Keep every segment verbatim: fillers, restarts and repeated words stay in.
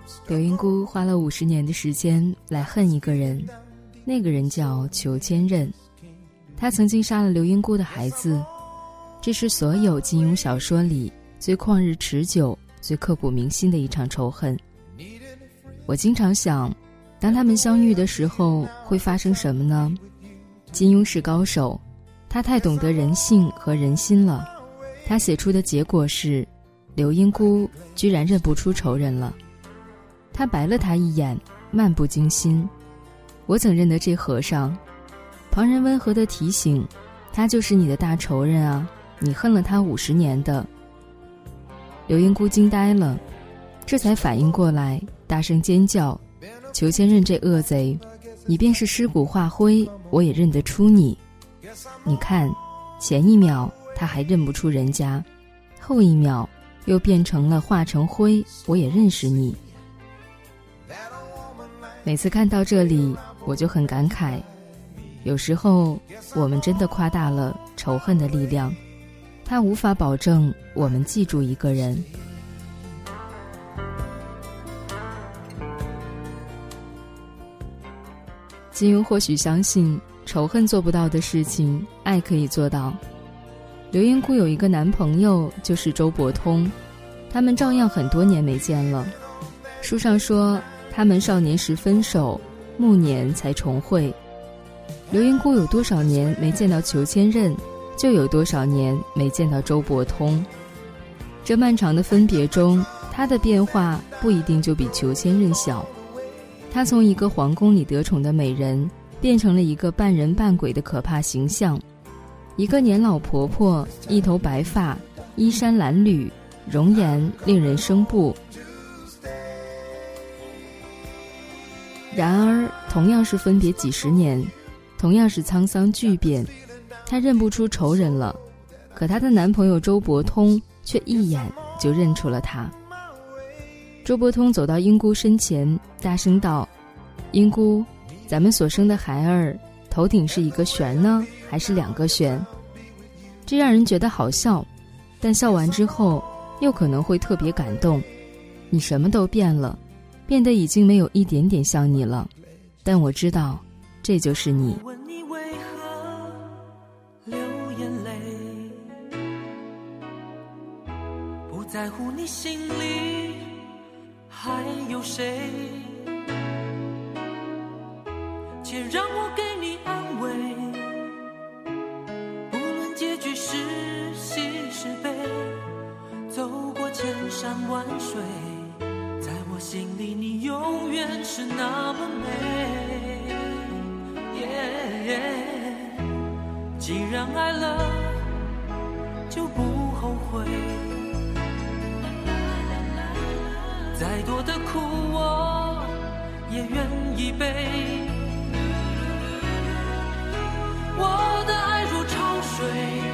柳荫孤花了五十年的时间来恨一个人，那个人叫裘千仞。他曾经杀了柳荫孤的孩子，这是所有金庸小说里最旷日持久、最刻骨铭心的一场仇恨。我经常想，当他们相遇的时候会发生什么呢？金庸是高手，他太懂得人性和人心了。他写出的结果是，柳荫孤居然认不出仇人了。他白了他一眼，漫不经心。我怎认得这和尚？旁人温和地提醒，他就是你的大仇人啊，你恨了他五十年的。柳荫孤惊呆了，这才反应过来，大声尖叫：裘千仞这恶贼，你便是尸骨化灰，我也认得出你。你看，前一秒他还认不出人家，后一秒又变成了化成灰，我也认识你。每次看到这里，我就很感慨，有时候我们真的夸大了仇恨的力量，它无法保证我们记住一个人。金庸或许相信仇恨做不到的事情，爱可以做到。柳荫孤有一个男朋友，就是周伯通，他们照样很多年没见了。书上说他们少年时分手，暮年才重会。柳荫孤有多少年没见到裘千仞，就有多少年没见到周伯通。这漫长的分别中，他的变化不一定就比裘千仞小。他从一个皇宫里得宠的美人，变成了一个半人半鬼的可怕形象，一个年老婆婆，一头白发，衣衫褴褛，容颜令人生怖。然而同样是分别几十年，同样是沧桑巨变，她认不出仇人了，可她的男朋友周伯通却一眼就认出了她。周伯通走到荫孤身前，大声道：荫孤，咱们所生的孩儿头顶是一个旋呢，还是两个旋？这让人觉得好笑，但笑完之后又可能会特别感动。你什么都变了，变得已经没有一点点像你了，但我知道这就是你。 问你为何流眼泪，不在乎你心里还有谁，且让我给你安慰，不论结局是喜是悲，走过千山万水，在我心里你永远是那么美、yeah, 既然爱了就不后悔，再多的苦我也愿意背，我的爱如潮水，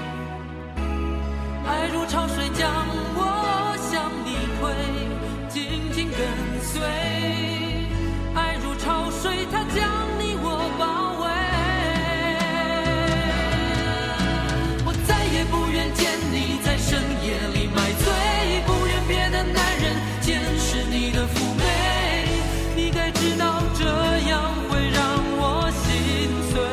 爱如潮水将我向你推，紧紧跟随，爱如潮水它将你我包围，我再也不愿见你在深夜里买醉，不愿别的男人见识你的妩媚，你该知道这样会让我心碎，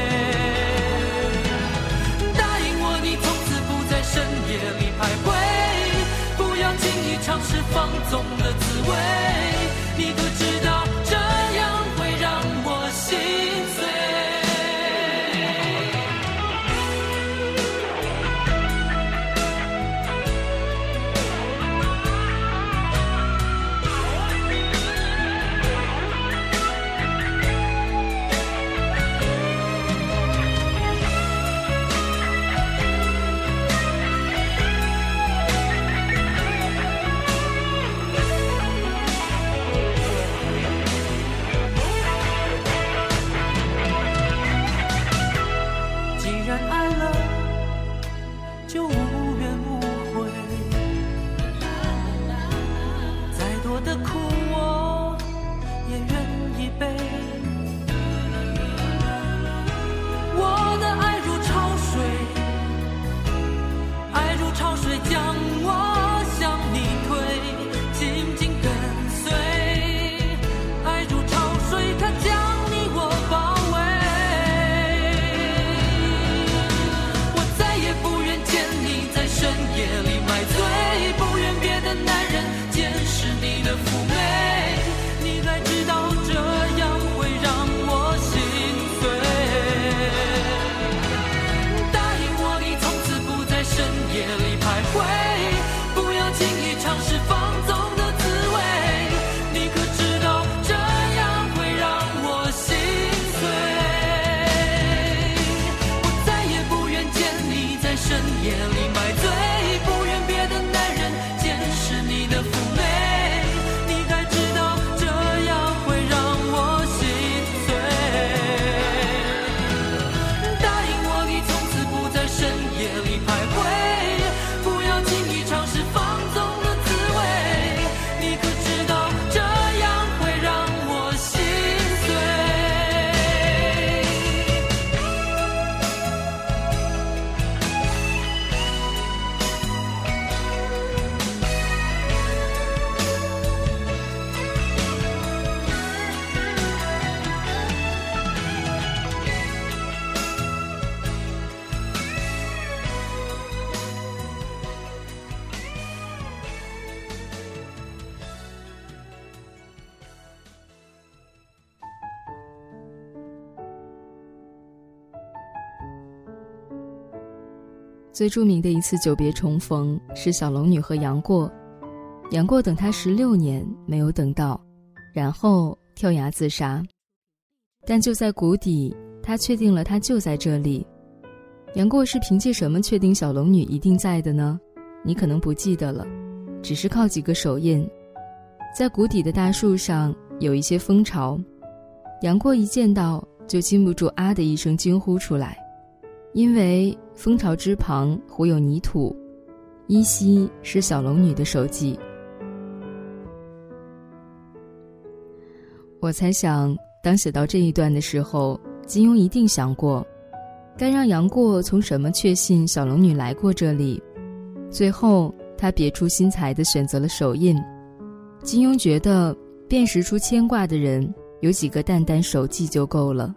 答应我你从此不在深夜里徘徊，不要轻易尝试放纵的滋味，你可知道这样会让我心碎。 里买醉，不愿别的男人见识你的妩媚，你该知道这样会让我心碎。答应我你从此不在深夜里徘徊，不要轻易尝试放纵的滋味，你可知道这样会让我心碎。我再也不愿见你在深夜里买醉，不愿别的男人见识你的妩媚，你该知道这样会让我心碎。答应我你从此不在深夜里徘徊，不要轻易尝试放纵的滋味，你可知道这样会让我心碎。 最著名的一次久别重逢是小龙女和杨过，杨过等他十六年没有等到，然后跳崖自杀。但就在谷底，他确定了他就在这里。杨过是凭借什么确定小龙女一定在的呢？你可能不记得了，只是靠几个手印。在谷底的大树上有一些蜂巢，杨过一见到就禁不住啊的一声惊呼出来，因为蜂巢之旁糊有泥土，依稀是小龙女的手迹。我猜想当写到这一段的时候，金庸一定想过该让杨过从什么确信小龙女来过这里，最后他别出心裁地选择了手印。金庸觉得辨识出牵挂的人有几个淡淡手迹就够了。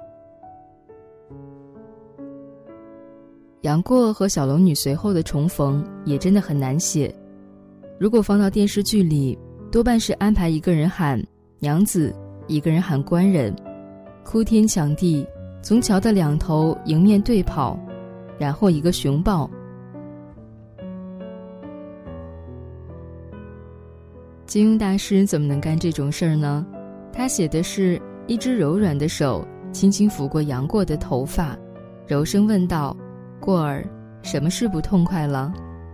杨过和小龙女随后的重逢也真的很难写，如果放到电视剧里，多半是安排一个人喊娘子，一个人喊官人，哭天抢地，从桥的两头迎面对跑，然后一个熊抱。金庸大师怎么能干这种事儿呢？他写的是一只柔软的手轻轻抚过杨过的头发，柔声问道：过儿，什么事不痛快了？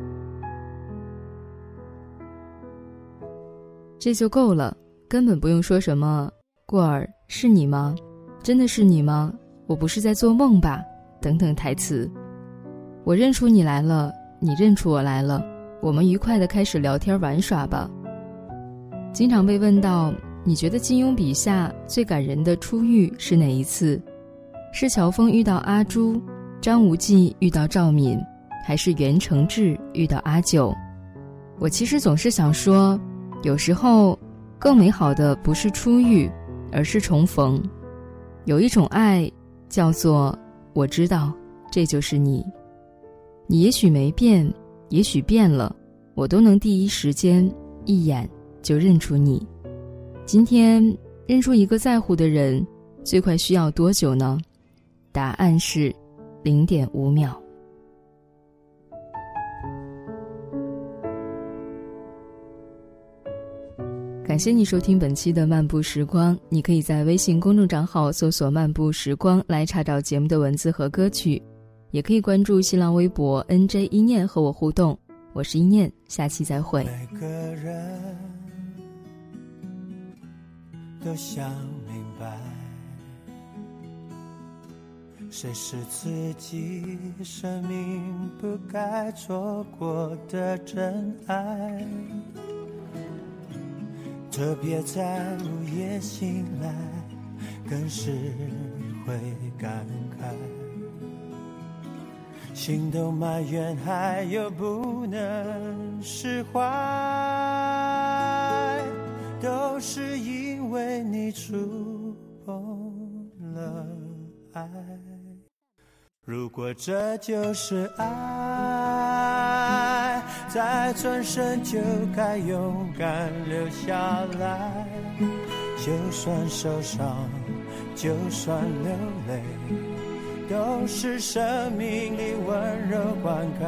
这就够了，根本不用说什么过儿，是你吗？真的是你吗？我不是在做梦吧？等等台词。我认出你来了，你认出我来了，我们愉快地开始聊天玩耍吧。经常被问到，你觉得金庸笔下最感人的初遇是哪一次？是乔峰遇到阿朱，张无忌遇到赵敏，还是袁承志遇到阿九？我其实总是想说，有时候更美好的不是初遇，而是重逢。有一种爱叫做我知道这就是你，你也许没变，也许变了，我都能第一时间一眼就认出你。今天认出一个在乎的人最快需要多久呢？答案是零点五秒。感谢你收听本期的漫步时光，你可以在微信公众账号搜索漫步时光来查找节目的文字和歌曲，也可以关注新浪微博 N J 一念和我互动。我是一念，下期再会。 每个人都想明白，谁是自己生命不该错过的真爱，特别在午夜醒来，更是会感慨，心都埋怨，还有不能释怀，都是因为你触碰了爱。如果这就是爱， 再转身就该勇敢留下来，就算受伤，就算流泪，都是生命里温柔灌溉。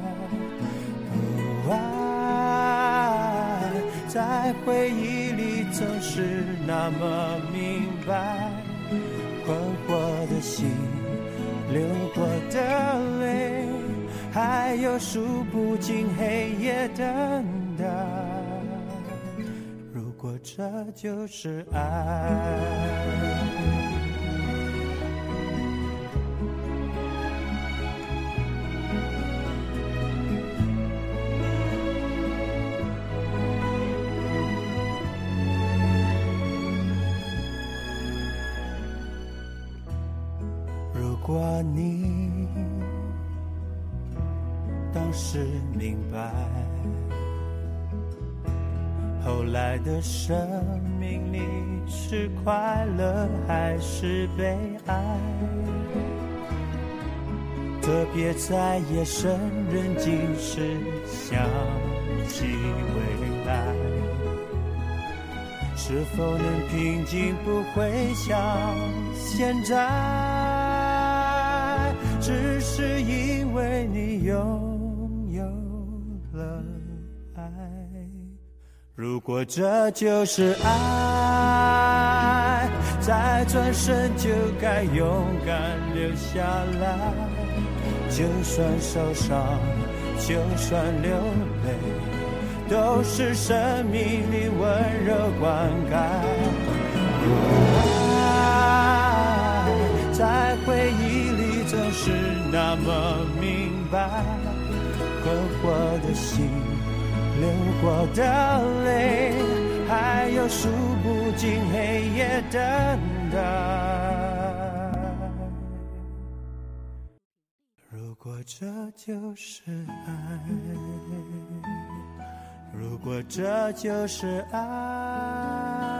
哦，爱在回忆里总是那么明白，困惑的心，流过的泪，还有数不尽黑夜等待。如果这就是爱，如果你当时明白，后来的生命里是快乐还是悲哀，特别在夜深人静时想起未来，是否能平静不会像现在，只是因为你拥有了爱。如果这就是爱，再转身就该勇敢留下来，就算受伤，就算流泪，都是生命里温柔灌溉。爱在回忆里总是那么明白，困惑的心，流过的泪，还有数不尽黑夜等待。如果这就是爱，如果这就是爱。